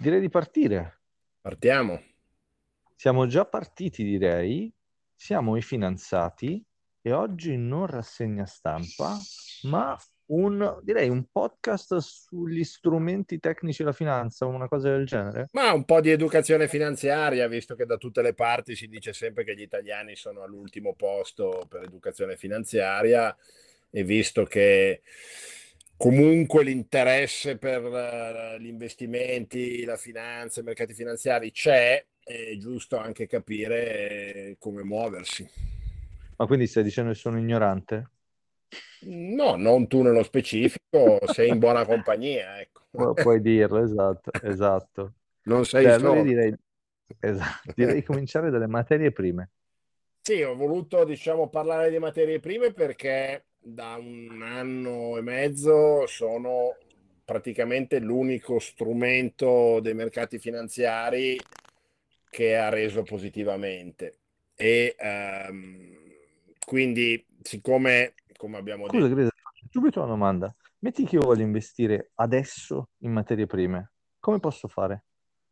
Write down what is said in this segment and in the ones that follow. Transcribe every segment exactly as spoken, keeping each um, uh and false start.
Direi di partire. Partiamo. Siamo già partiti, direi. Siamo i finanziati e oggi non rassegna stampa, ma un, direi un podcast sugli strumenti tecnici della finanza, una cosa del genere. Ma un po' di educazione finanziaria, visto che da tutte le parti si dice sempre che gli italiani sono all'ultimo posto per educazione finanziaria e visto che comunque l'interesse per eh, gli investimenti, la finanza, i mercati finanziari c'è, è giusto anche capire eh, come muoversi. Ma quindi stai dicendo che sono ignorante? No, non tu nello specifico, sei in buona compagnia, ecco. Pu- puoi dirlo, esatto, esatto. Non sei Beh, allora io solo. direi, esatto, direi di cominciare dalle materie prime. Sì, ho voluto, diciamo, parlare di materie prime perché da un anno e mezzo sono praticamente l'unico strumento dei mercati finanziari che ha reso positivamente. E ehm, quindi, siccome, come abbiamo Scusa, detto, Greta, ti faccio subito una domanda. Metti che io voglio investire adesso in materie prime. Come posso fare?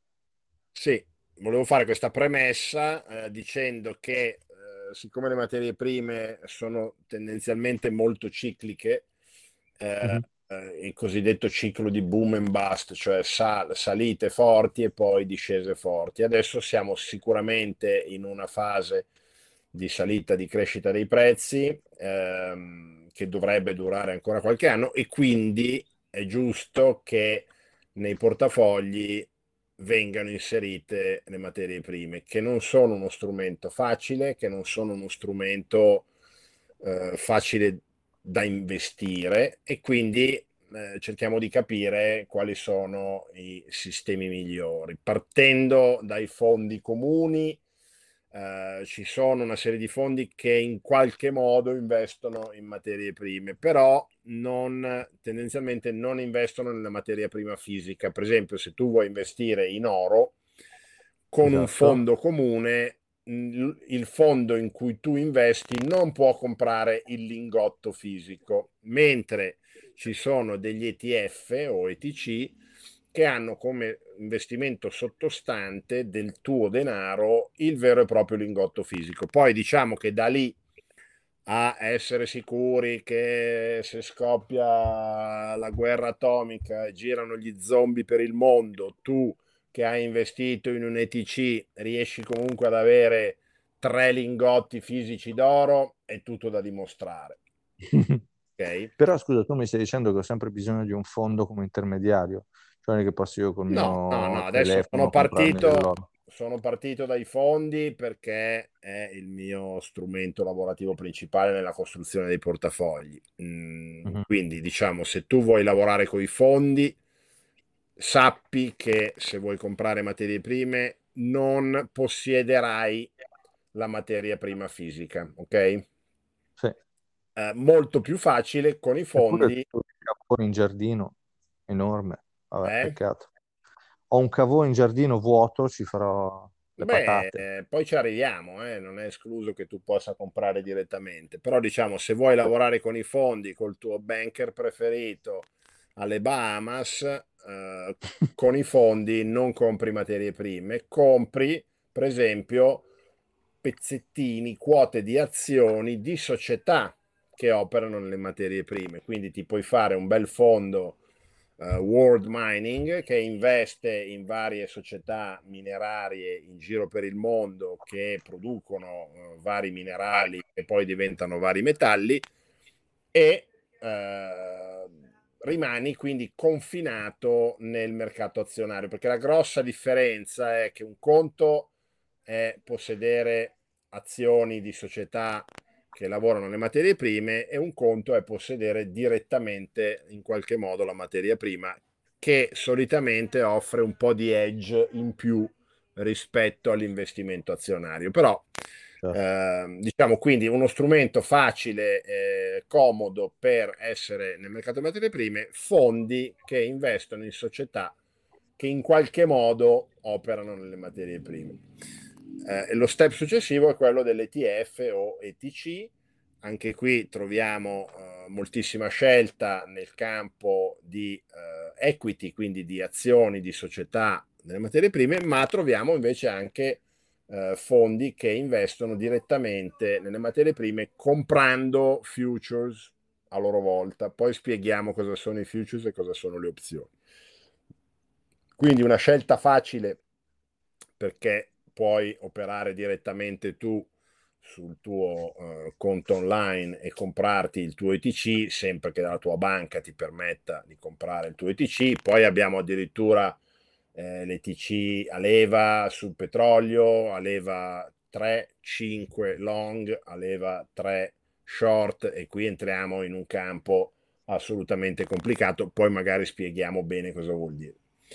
sì, volevo fare questa premessa eh, dicendo che eh, siccome le materie prime sono tendenzialmente molto cicliche, eh, Mhm. eh, il cosiddetto ciclo di boom and bust, cioè sal- salite forti e poi discese forti. Adesso siamo sicuramente in una fase di salita, di crescita dei prezzi, ehm, che dovrebbe durare ancora qualche anno e quindi è giusto che nei portafogli vengano inserite le materie prime, che non sono uno strumento facile, che non sono uno strumento eh, facile da investire e quindi eh, cerchiamo di capire quali sono i sistemi migliori. Partendo dai fondi comuni, eh, ci sono una serie di fondi che in qualche modo investono in materie prime, però non, tendenzialmente non investono nella materia prima fisica. Per esempio, se tu vuoi investire in oro con un Esatto. fondo comune, mh, il fondo in cui tu investi non può comprare il lingotto fisico, mentre ci sono degli E T F o E T C che hanno come investimento sottostante del tuo denaro il vero e proprio lingotto fisico. Poi diciamo che da lì a essere sicuri che se scoppia la guerra atomica e girano gli zombie per il mondo, tu che hai investito in un E T C riesci comunque ad avere tre lingotti fisici d'oro, è tutto da dimostrare. Ok? Però scusa, tu mi stai dicendo che ho sempre bisogno di un fondo come intermediario, cioè non è che posso io col No, no, mio no, adesso sono telefono comprarmi partito, dell'oro. sono partito dai fondi perché è il mio strumento lavorativo principale nella costruzione dei portafogli. Mm, Mhm. quindi, diciamo, se tu vuoi lavorare con i fondi, sappi che se vuoi comprare materie prime non possiederai la materia prima fisica, ok? Sì. Eh, molto più facile con i Eppure fondi, ho un cavolo in giardino enorme. Vabbè, eh? peccato. Ho un cavolo in giardino vuoto, ci farò le Beh, patate. eh, poi ci arriviamo, eh, non è escluso che tu possa comprare direttamente, però diciamo se vuoi lavorare con i fondi, col tuo banker preferito alle Bahamas, eh, con i fondi non compri materie prime, compri per esempio pezzettini, quote di azioni di società che operano nelle materie prime, quindi ti puoi fare un bel fondo eh, World Mining che investe in varie società minerarie in giro per il mondo che producono eh, vari minerali e poi diventano vari metalli e eh, rimani quindi confinato nel mercato azionario perché la grossa differenza è che un conto è possedere azioni di società che lavorano le materie prime e un conto è possedere direttamente in qualche modo la materia prima che solitamente offre un po' di edge in più rispetto all'investimento azionario. Però Certo. eh, diciamo quindi uno strumento facile, eh, comodo per essere nel mercato delle materie prime, fondi che investono in società che in qualche modo operano nelle materie prime. Eh, lo step successivo è quello dell'E T F o E T C. Anche qui troviamo eh, moltissima scelta nel campo di eh, equity, quindi di azioni di società nelle materie prime, ma troviamo invece anche eh, fondi che investono direttamente nelle materie prime comprando futures a loro volta. Poi spieghiamo cosa sono i futures e cosa sono le opzioni. Quindi una scelta facile perché puoi operare direttamente tu sul tuo eh, conto online e comprarti il tuo E T C, sempre che la tua banca ti permetta di comprare il tuo E T C. Poi abbiamo addirittura eh, l'E T C a leva sul petrolio, a leva tre, cinque long, a leva tre short, e qui entriamo in un campo assolutamente complicato, poi magari spieghiamo bene cosa vuol dire.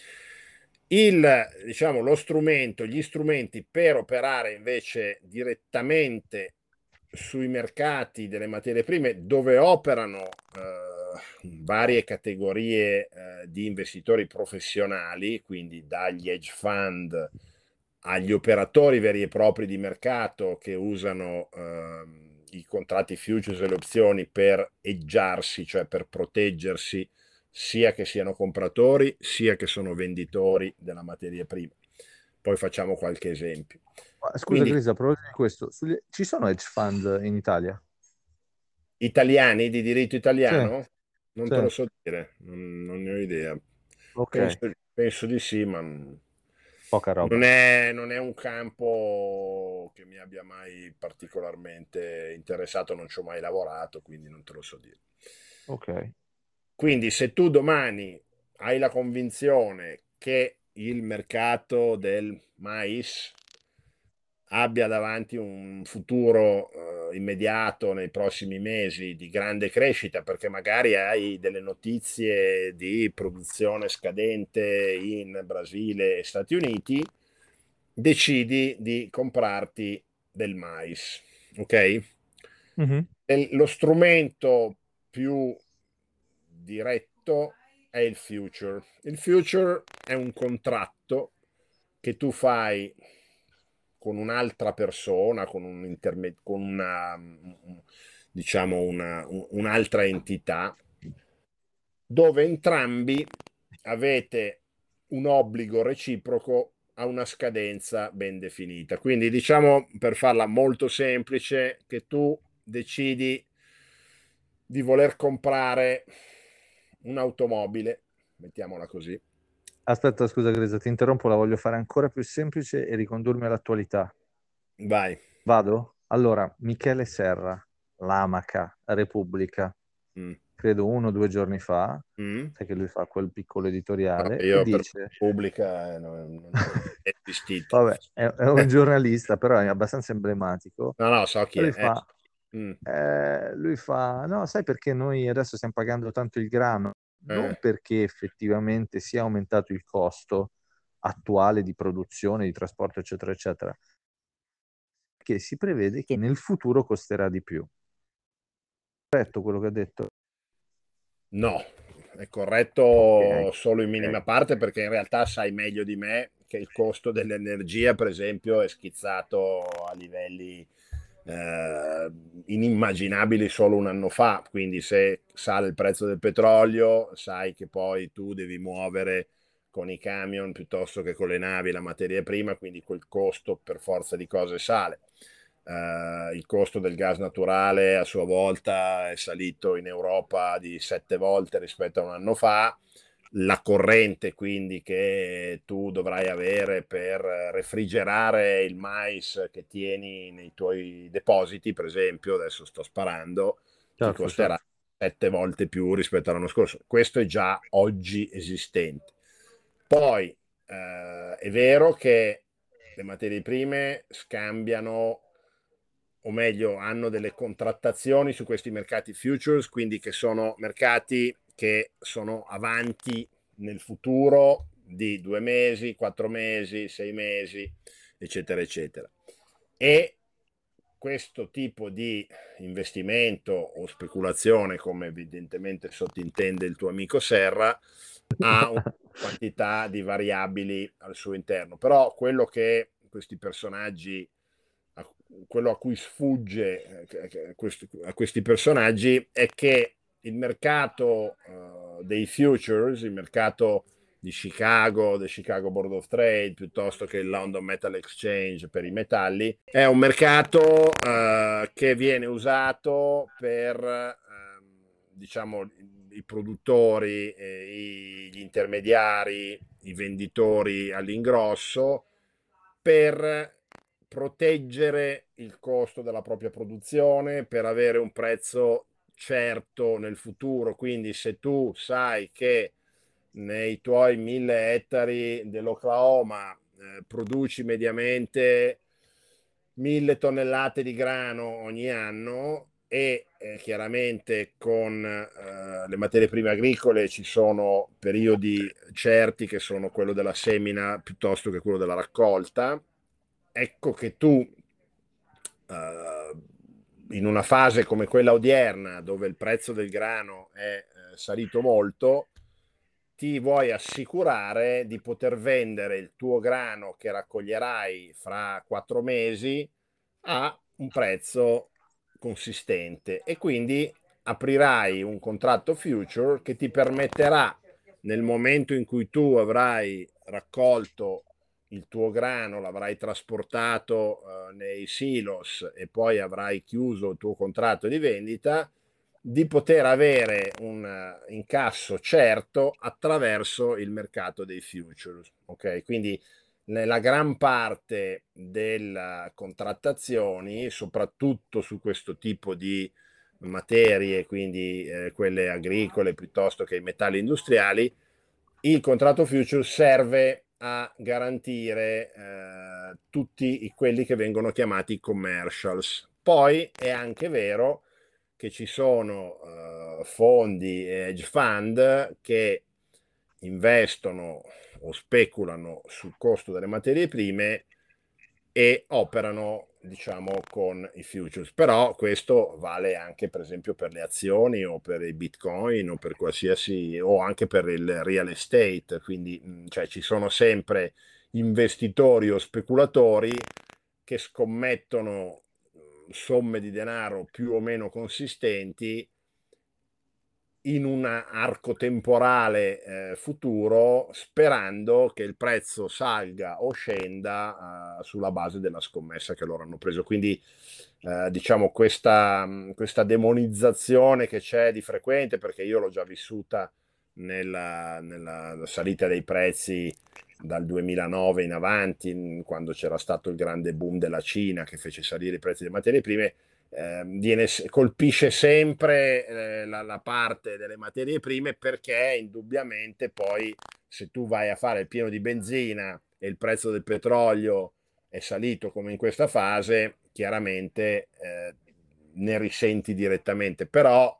Il, diciamo, lo strumento, gli strumenti per operare invece direttamente sui mercati delle materie prime, dove operano eh, varie categorie eh, di investitori professionali, quindi dagli hedge fund agli operatori veri e propri di mercato che usano eh, i contratti futures e le opzioni per eggiarsi, cioè per proteggersi, sia che siano compratori sia che sono venditori della materia prima. Poi facciamo qualche esempio. Ma scusa, Quindi Chris, a proposito di questo, sugli- ci sono hedge fund in Italia? italiani di diritto Sì, italiano? Non sì, te lo so dire, non, non ne ho idea. ok, Penso, penso di sì, ma non poca non roba. è, non è un campo che mi abbia mai particolarmente interessato, non ci ho mai lavorato, quindi non te lo so dire. Ok. Quindi se tu domani hai la convinzione che il mercato del mais abbia davanti un futuro eh, immediato nei prossimi mesi di grande crescita, perché magari hai delle notizie di produzione scadente in Brasile e Stati Uniti, decidi di comprarti del mais, ok? Mhm. E lo strumento più diretto è il future. Il future è un contratto che tu fai con un'altra persona, con un intermed- con una, diciamo una, un'altra entità, dove entrambi avete un obbligo reciproco a una scadenza ben definita. Quindi diciamo, per farla molto semplice, che tu decidi di voler comprare un'automobile, mettiamola così. Aspetta, scusa, Chris, ti interrompo, la voglio fare ancora più semplice e ricondurmi all'attualità. Vai. Vado? Allora, Michele Serra, l'Amaca, Repubblica, Mm. credo uno o due giorni fa, Mm. sai che lui fa quel piccolo No, editoriale, e io per dice, pubblica eh, non, non ci ho esistito. vabbè, è, è un giornalista, però è abbastanza emblematico, No, no, so chi e lui è. Eh. fa, Mm. eh, lui fa, no, sai perché noi adesso stiamo pagando tanto il grano? Non Eh. perché effettivamente sia aumentato il costo attuale di produzione, di trasporto, eccetera, eccetera, che si prevede che nel futuro costerà di più. Corretto quello che ha detto? No, è Ok, corretto solo in minima ok. parte, perché in realtà sai meglio di me che il costo dell'energia, per esempio, è schizzato a livelli eh, inimmaginabili solo un anno fa. Quindi se sale il prezzo del petrolio, sai che poi tu devi muovere con i camion piuttosto che con le navi la materia prima, quindi quel costo per forza di cose sale. Uh, il costo del gas naturale a sua volta è salito in Europa di sette volte rispetto a un anno fa. La corrente quindi che tu dovrai avere per refrigerare il mais che tieni nei tuoi depositi, per esempio, adesso sto sparando, ti Certo, costerà certo. sette volte più rispetto all'anno scorso. Questo è già oggi esistente. Poi eh, è vero che le materie prime scambiano, o meglio, hanno delle contrattazioni su questi mercati futures, quindi che sono mercati che sono avanti nel futuro di due mesi, quattro mesi, sei mesi, eccetera, eccetera. E questo tipo di investimento o speculazione, come evidentemente sottintende il tuo amico Serra, ha una quantità di variabili al suo interno. Però quello che questi personaggi, quello a cui sfugge eh, a questi personaggi, è che il mercato uh, dei futures, il mercato di Chicago, del Chicago Board of Trade, piuttosto che il London Metal Exchange per i metalli. È un mercato eh, che viene usato per, ehm, diciamo, i produttori, eh, gli intermediari, i venditori all'ingrosso, per proteggere il costo della propria produzione, per avere un prezzo certo nel futuro. Quindi se tu sai che nei tuoi mille ettari dell'Oklahoma eh, produci mediamente mille tonnellate di grano ogni anno e eh, chiaramente con eh, le materie prime agricole ci sono periodi certi che sono quello della semina piuttosto che quello della raccolta, ecco che tu eh, in una fase come quella odierna dove il prezzo del grano è eh, salito molto, ti vuoi assicurare di poter vendere il tuo grano che raccoglierai fra quattro mesi a un prezzo consistente e quindi aprirai un contratto future che ti permetterà nel momento in cui tu avrai raccolto il tuo grano, l'avrai trasportato eh, nei silos e poi avrai chiuso il tuo contratto di vendita, di poter avere un uh, incasso certo attraverso il mercato dei futures. Ok, quindi nella gran parte delle contrattazioni, soprattutto su questo tipo di materie, quindi eh, quelle agricole piuttosto che i metalli industriali, il contratto future serve a garantire eh, tutti quelli che vengono chiamati commercials. Poi è anche vero che ci sono uh, fondi e hedge fund che investono o speculano sul costo delle materie prime e operano, diciamo, con i futures. Però questo vale anche, per esempio, per le azioni o per i bitcoin o per qualsiasi, o anche per il real estate. Quindi, cioè, ci sono sempre investitori o speculatori che scommettono somme di denaro più o meno consistenti in un arco temporale eh, futuro, sperando che il prezzo salga o scenda eh, sulla base della scommessa che loro hanno preso. Quindi eh, diciamo questa, questa demonizzazione che c'è di frequente, perché io l'ho già vissuta nella, nella salita dei prezzi dal duemilanove in avanti, quando c'era stato il grande boom della Cina che fece salire i prezzi delle materie prime. Eh, viene, colpisce sempre eh, la, la parte delle materie prime, perché indubbiamente poi se tu vai a fare il pieno di benzina e il prezzo del petrolio è salito come in questa fase, chiaramente eh, ne risenti direttamente. Però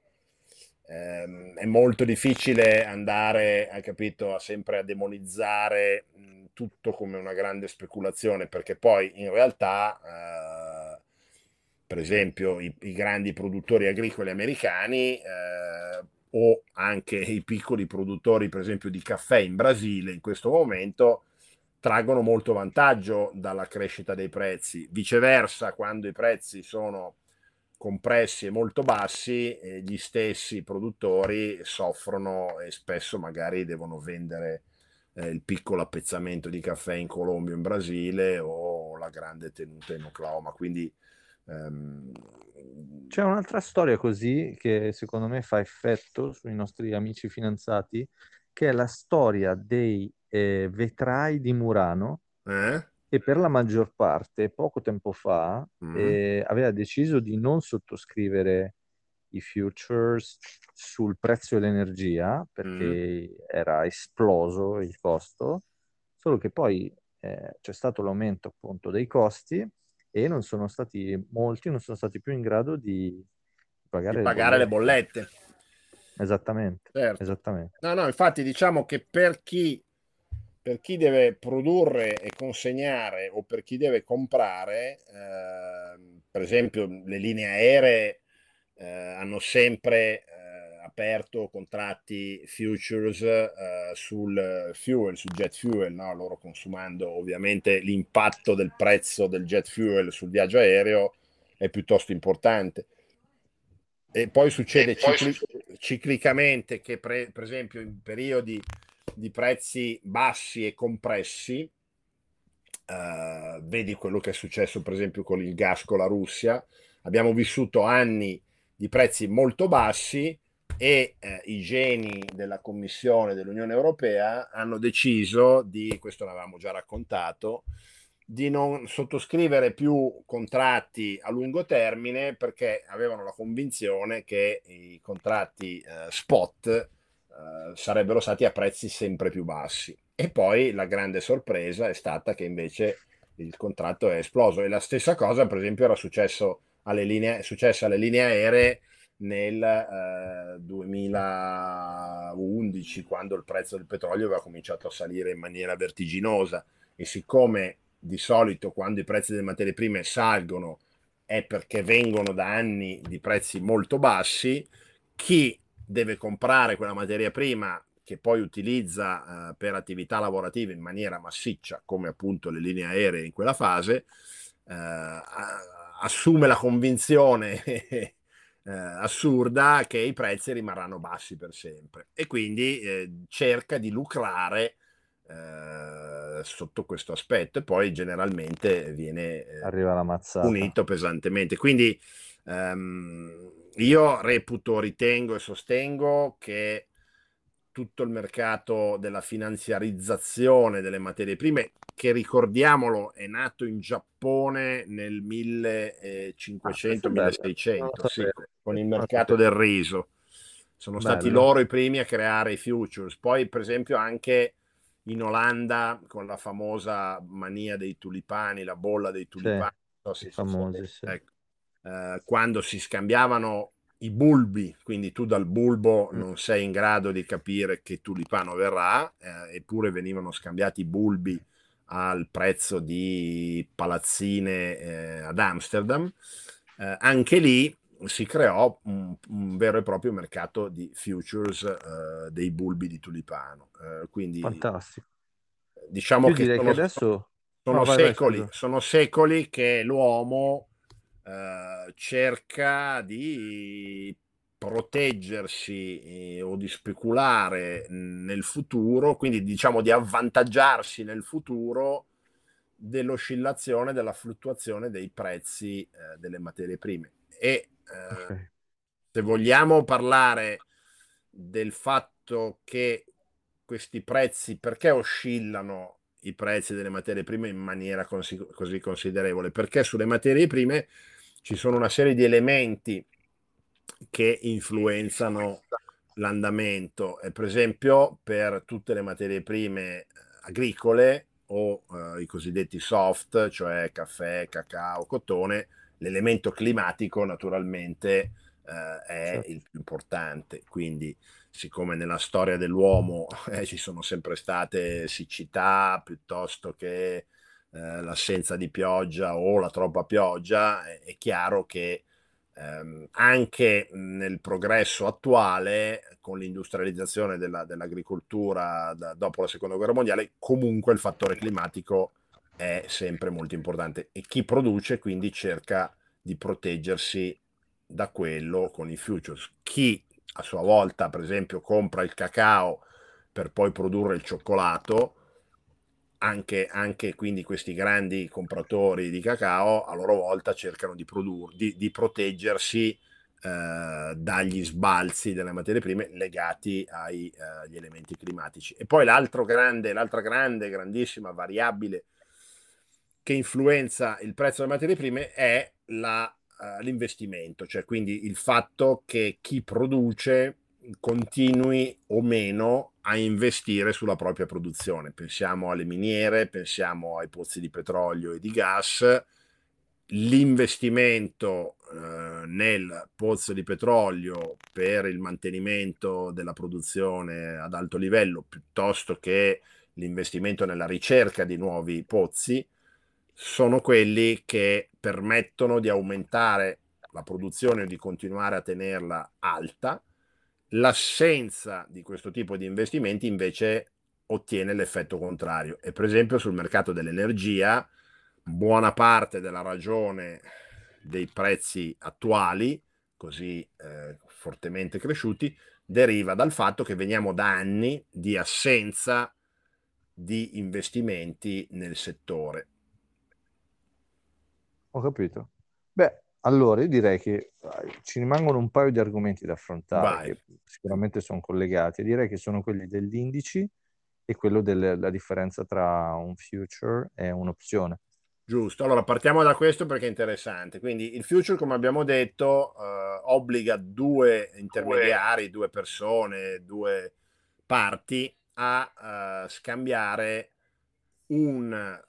ehm, è molto difficile andare, hai capito, a sempre a demonizzare mh, tutto come una grande speculazione, perché poi in realtà eh, per esempio i, i grandi produttori agricoli americani eh, o anche i piccoli produttori, per esempio di caffè in Brasile, in questo momento traggono molto vantaggio dalla crescita dei prezzi. Viceversa, quando i prezzi sono compressi e molto bassi, eh, gli stessi produttori soffrono e spesso magari devono vendere eh, il piccolo appezzamento di caffè in Colombia o in Brasile o la grande tenuta in Oklahoma. Quindi ehm, C'è un'altra storia così che secondo me fa effetto sui nostri amici finanziati, che è la storia dei eh, vetrai di Murano, eh? che per la maggior parte poco tempo fa Mm, eh, aveva deciso di non sottoscrivere i futures sul prezzo dell'energia mm. perché era esploso il costo, solo che poi eh, c'è stato l'aumento appunto dei costi e non sono stati, molti non sono stati più in grado di Di pagare le pagare le bollette. bollette. Esattamente, Certo. esattamente. No, no, infatti diciamo che per chi, per chi deve produrre e consegnare o per chi deve comprare, ehm, per esempio le linee aeree eh, hanno sempre eh, aperto contratti futures eh, sul fuel, sul jet fuel, no? Loro consumando, ovviamente l'impatto del prezzo del jet fuel sul viaggio aereo è piuttosto importante. E poi E succede poi cicli- ciclicamente che, pre- per esempio, in periodi di prezzi bassi e compressi. Uh, vedi quello che è successo per esempio con il gas con la Russia. Abbiamo vissuto anni di prezzi molto bassi e eh, i geni della Commissione dell'Unione Europea hanno deciso di, questo l'avevamo già raccontato, di non sottoscrivere più contratti a lungo termine perché avevano la convinzione che i contratti eh, spot eh, sarebbero stati a prezzi sempre più bassi. E poi la grande sorpresa è stata che invece il contratto è esploso. E la stessa cosa, per esempio, era successo alle linee, è successa alle linee aeree nel eh, duemilaundici, quando il prezzo del petrolio aveva cominciato a salire in maniera vertiginosa. E siccome di solito quando i prezzi delle materie prime salgono è perché vengono da anni di prezzi molto bassi, chi deve comprare quella materia prima che poi utilizza eh, per attività lavorative in maniera massiccia, come appunto le linee aeree in quella fase, eh, assume la convinzione eh, assurda che i prezzi rimarranno bassi per sempre e quindi eh, cerca di lucrare eh, sotto questo aspetto e poi generalmente viene eh, Arriva la mazzata. punito pesantemente. Quindi ehm, io reputo, ritengo e sostengo che tutto il mercato della finanziarizzazione delle materie prime, che ricordiamolo è nato in Giappone nel Ah, questo è bello, non lo millecinquecento-milleseicento, sì, sapevo. con il Non lo mercato sapevo. del riso. Sono stati Bello. loro i primi a creare i futures. Poi, per esempio, anche in Olanda, con la famosa mania dei tulipani, la bolla dei Sì, tulipani, non so i se ci sei- famosi, sì. ecco, eh, quando si scambiavano i bulbi, quindi tu dal bulbo Mm. non sei in grado di capire che tulipano verrà, eh, eppure venivano scambiati i bulbi al prezzo di palazzine eh, ad Amsterdam. Eh, anche lì si creò un, un vero e proprio mercato di futures eh, dei bulbi di tulipano. Eh, quindi Fantastico. diciamo Io che direi che sono, adesso... sono No, vai, vai, secoli, scusa. sono secoli che l'uomo eh, cerca di proteggersi eh, o di speculare nel futuro, quindi diciamo di avvantaggiarsi nel futuro dell'oscillazione, della fluttuazione dei prezzi eh, delle materie prime. E Ok. eh, se vogliamo parlare del fatto che questi prezzi, perché oscillano i prezzi delle materie prime in maniera così, così considerevole? Perché sulle materie prime ci sono una serie di elementi che influenzano l'andamento. E per esempio, per tutte le materie prime agricole o eh, i cosiddetti soft, cioè caffè, cacao, cotone, l'elemento climatico naturalmente eh, è Certo. il più importante. Quindi, siccome nella storia dell'uomo eh, ci sono sempre state siccità piuttosto che eh, l'assenza di pioggia o la troppa pioggia, è, è chiaro che ehm, anche nel progresso attuale, con l'industrializzazione della, dell'agricoltura da, dopo la seconda guerra mondiale, comunque il fattore climatico è sempre molto importante e chi produce quindi cerca di proteggersi da quello con i futures. Chi a sua volta, per esempio, compra il cacao per poi produrre il cioccolato, anche, anche quindi questi grandi compratori di cacao a loro volta cercano di, produrre, di, di proteggersi eh, dagli sbalzi delle materie prime legati ai, eh, agli elementi climatici. E poi l'altro grande, l'altra grande, grandissima variabile che influenza il prezzo delle materie prime è la, uh, l'investimento, cioè quindi il fatto che chi produce continui o meno a investire sulla propria produzione. Pensiamo alle miniere, pensiamo ai pozzi di petrolio e di gas. L'investimento eh, nel pozzo di petrolio per il mantenimento della produzione ad alto livello piuttosto che l'investimento nella ricerca di nuovi pozzi sono quelli che permettono di aumentare la produzione o di continuare a tenerla alta. L'assenza di questo tipo di investimenti invece ottiene l'effetto contrario. E per esempio sul mercato dell'energia, buona parte della ragione dei prezzi attuali, così eh, fortemente cresciuti, deriva dal fatto che veniamo da anni di assenza di investimenti nel settore. Ho capito. Beh, allora io direi che eh, ci rimangono un paio di argomenti da affrontare Vai. che sicuramente sono collegati. Direi che sono quelli degli indici e quello della differenza tra un future e un'opzione. Giusto, allora partiamo da questo perché è interessante. Quindi il future, come abbiamo detto, eh, obbliga due intermediari, due persone, due parti a eh, scambiare un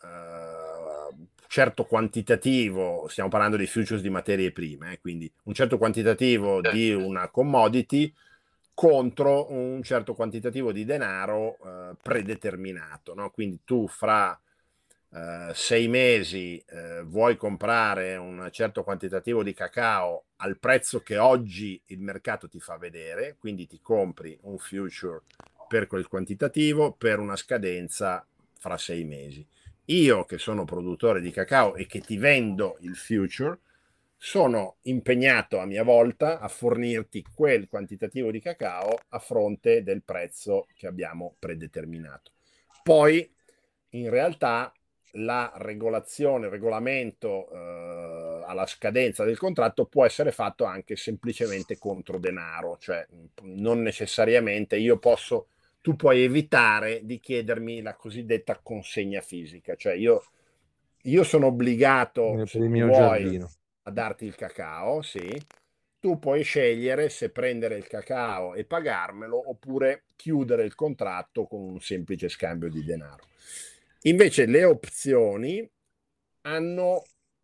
eh, certo quantitativo, stiamo parlando di futures di materie prime, eh, quindi un certo quantitativo di una commodity contro un certo quantitativo di denaro eh, predeterminato, no? Quindi tu fra eh, sei mesi eh, vuoi comprare un certo quantitativo di cacao al prezzo che oggi il mercato ti fa vedere, quindi ti compri un future per quel quantitativo per una scadenza fra sei mesi. Io che sono produttore di cacao e che ti vendo il future, sono impegnato a mia volta a fornirti quel quantitativo di cacao a fronte del prezzo che abbiamo predeterminato. Poi, in realtà, la regolazione, il regolamento eh, alla scadenza del contratto può essere fatto anche semplicemente contro denaro, cioè non necessariamente io posso, tu puoi evitare di chiedermi la cosiddetta consegna fisica, cioè io, io sono obbligato, Eh, per se il tu mio vuoi, giardino. a darti il cacao, sì, tu puoi scegliere se prendere il cacao e pagarmelo oppure chiudere il contratto con un semplice scambio di denaro. Invece le opzioni hanno,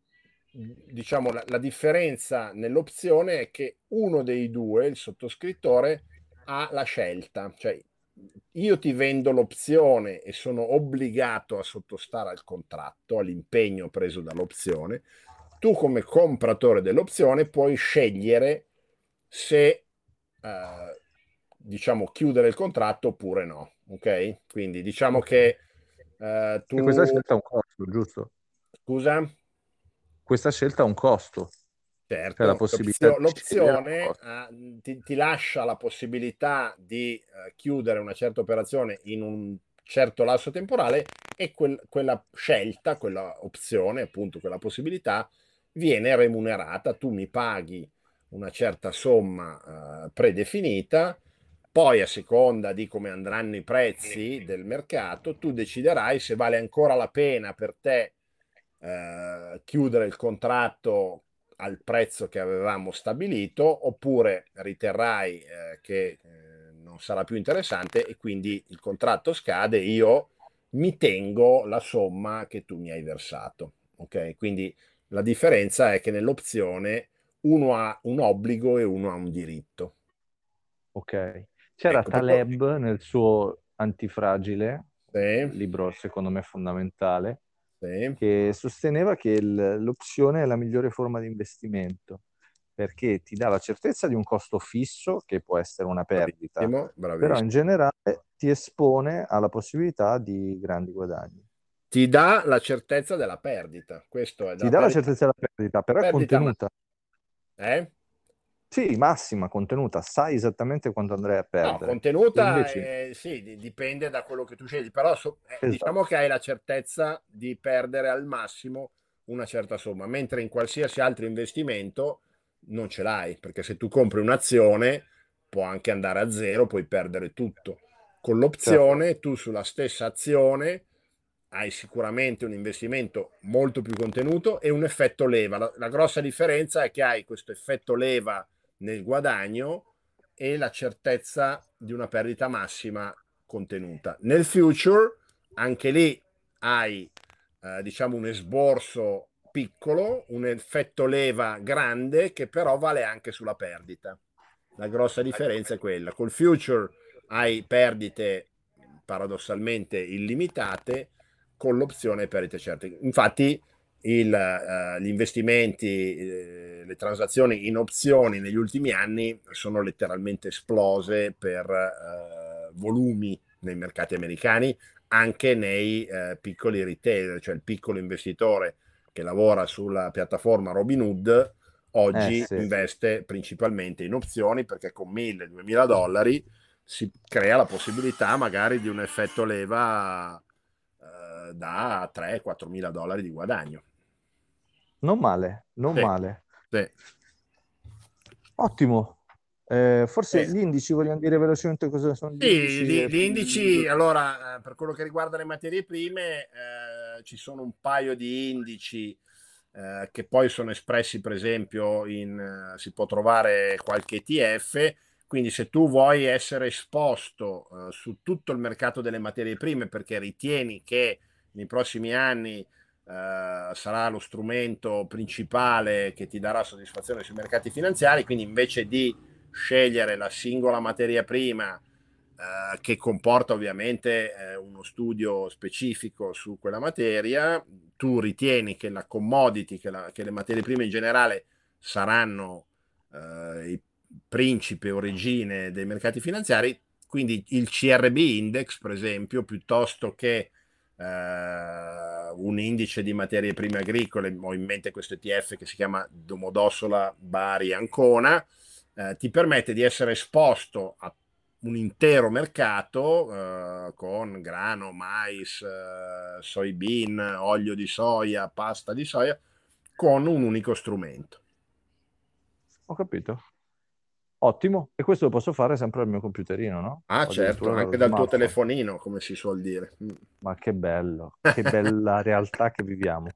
diciamo, la, la differenza nell'opzione è che uno dei due, il sottoscrittore, ha la scelta, cioè io ti vendo l'opzione e sono obbligato a sottostare al contratto, all'impegno preso dall'opzione. Tu come compratore dell'opzione puoi scegliere se eh, diciamo chiudere il contratto oppure no, ok? Quindi diciamo Ok. che eh, E questa tu scelta ha un costo, giusto? scusa. Questa scelta ha un costo, cioè la Certo, possibilità l'opzio- di scegliere ha un l'opzione costo. eh, ti, ti lascia la possibilità di eh, chiudere una certa operazione in un certo lasso temporale e quel- quella scelta, quella opzione, appunto quella possibilità, viene remunerata. Tu mi paghi una certa somma eh, predefinita, poi a seconda di come andranno i prezzi del mercato, tu deciderai se vale ancora la pena per te eh, chiudere il contratto al prezzo che avevamo stabilito oppure riterrai eh, che eh, non sarà più interessante e quindi il contratto scade, io mi tengo la somma che tu mi hai versato. Ok? Quindi la differenza è che nell'opzione uno ha un obbligo e uno ha un diritto. Ok. C'era Ecco, per quello... Taleb nel suo Antifragile, Sì, libro secondo me fondamentale, sì, che sosteneva che il- l'opzione è la migliore forma di investimento perché ti dà la certezza di un costo fisso, che può essere una perdita, bravissimo, però in bravissimo. generale ti espone alla possibilità di grandi guadagni. Ti dà la certezza della perdita, questo è Ti della dà la perdita, certezza della perdita, però è perdita ma... contenuta. Eh? Sì, massima, contenuta, sai esattamente quanto andrai a No, perdere. E contenuta invece, eh, sì, di- dipende da quello che tu scegli, però so- eh, diciamo esatto, che hai la certezza di perdere al massimo una certa somma, mentre in qualsiasi altro investimento non ce l'hai, perché se tu compri un'azione può anche andare a zero, puoi perdere tutto. Con certo. l'opzione tu sulla stessa azione hai sicuramente un investimento molto più contenuto e un effetto leva. La, la grossa differenza è che hai questo effetto leva nel guadagno e la certezza di una perdita massima contenuta. Nel future, anche lì hai eh, diciamo un esborso piccolo, un effetto leva grande che però vale anche sulla perdita. La grossa differenza è quella. Col future hai perdite paradossalmente illimitate, con l'opzione perdite certe. Infatti il, eh, gli investimenti, eh, le transazioni in opzioni negli ultimi anni sono letteralmente esplose per eh, volumi nei mercati americani, anche nei eh, piccoli retailer, cioè il piccolo investitore che lavora sulla piattaforma Robinhood Eh oggi sì. investe principalmente in opzioni perché con mille-duemila dollari si crea la possibilità magari di un effetto leva eh, da tre-quattro mila dollari di guadagno. Non male, non Sì, male. sì. Ottimo. Eh, forse Eh, gli indici, vogliamo dire velocemente cosa sono gli Sì, indici gli, che gli indici, più... allora, eh, per quello che riguarda le materie prime, eh, ci sono un paio di indici eh, che poi sono espressi, per esempio, in, eh, si può trovare qualche E T F, quindi se tu vuoi essere esposto eh, su tutto il mercato delle materie prime perché ritieni che nei prossimi anni eh, sarà lo strumento principale che ti darà soddisfazione sui mercati finanziari, quindi invece di scegliere la singola materia prima eh, che comporta ovviamente eh, uno studio specifico su quella materia, tu ritieni che la commodity, che, la, che le materie prime in generale saranno eh, i principe origine dei mercati finanziari, quindi il C R B index, per esempio, piuttosto che eh, un indice di materie prime agricole, ho in mente questo E T F che si chiama Domodossola Bari Ancona, eh, ti permette di essere esposto a un intero mercato eh, con grano, mais, eh, soybean, olio di soia, pasta di soia, con un unico strumento. Ho capito. Ottimo. E questo lo posso fare sempre dal mio computerino, no? Ah, O certo, addirittura anche dallo dal tuo smartphone. telefonino, come si suol dire. Mm. Ma che bello, che bella realtà che viviamo.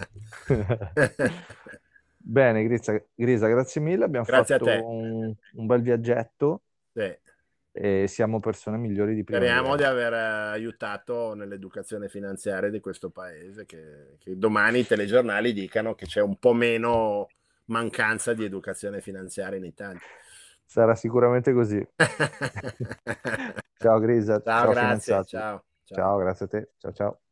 Bene, Grisa, Grisa, grazie mille. Abbiamo Grazie a fatto te. un, un bel viaggetto Sì. e siamo persone migliori di prima, Speriamo direi. di aver eh, aiutato nell'educazione finanziaria di questo paese, che, che domani i telegiornali dicano che c'è un po' meno mancanza di educazione finanziaria in Italia. Sarà sicuramente così. Ciao Grisa, Ciao, ciao grazie, finanziato. ciao, ciao. Ciao, grazie a te. Ciao ciao.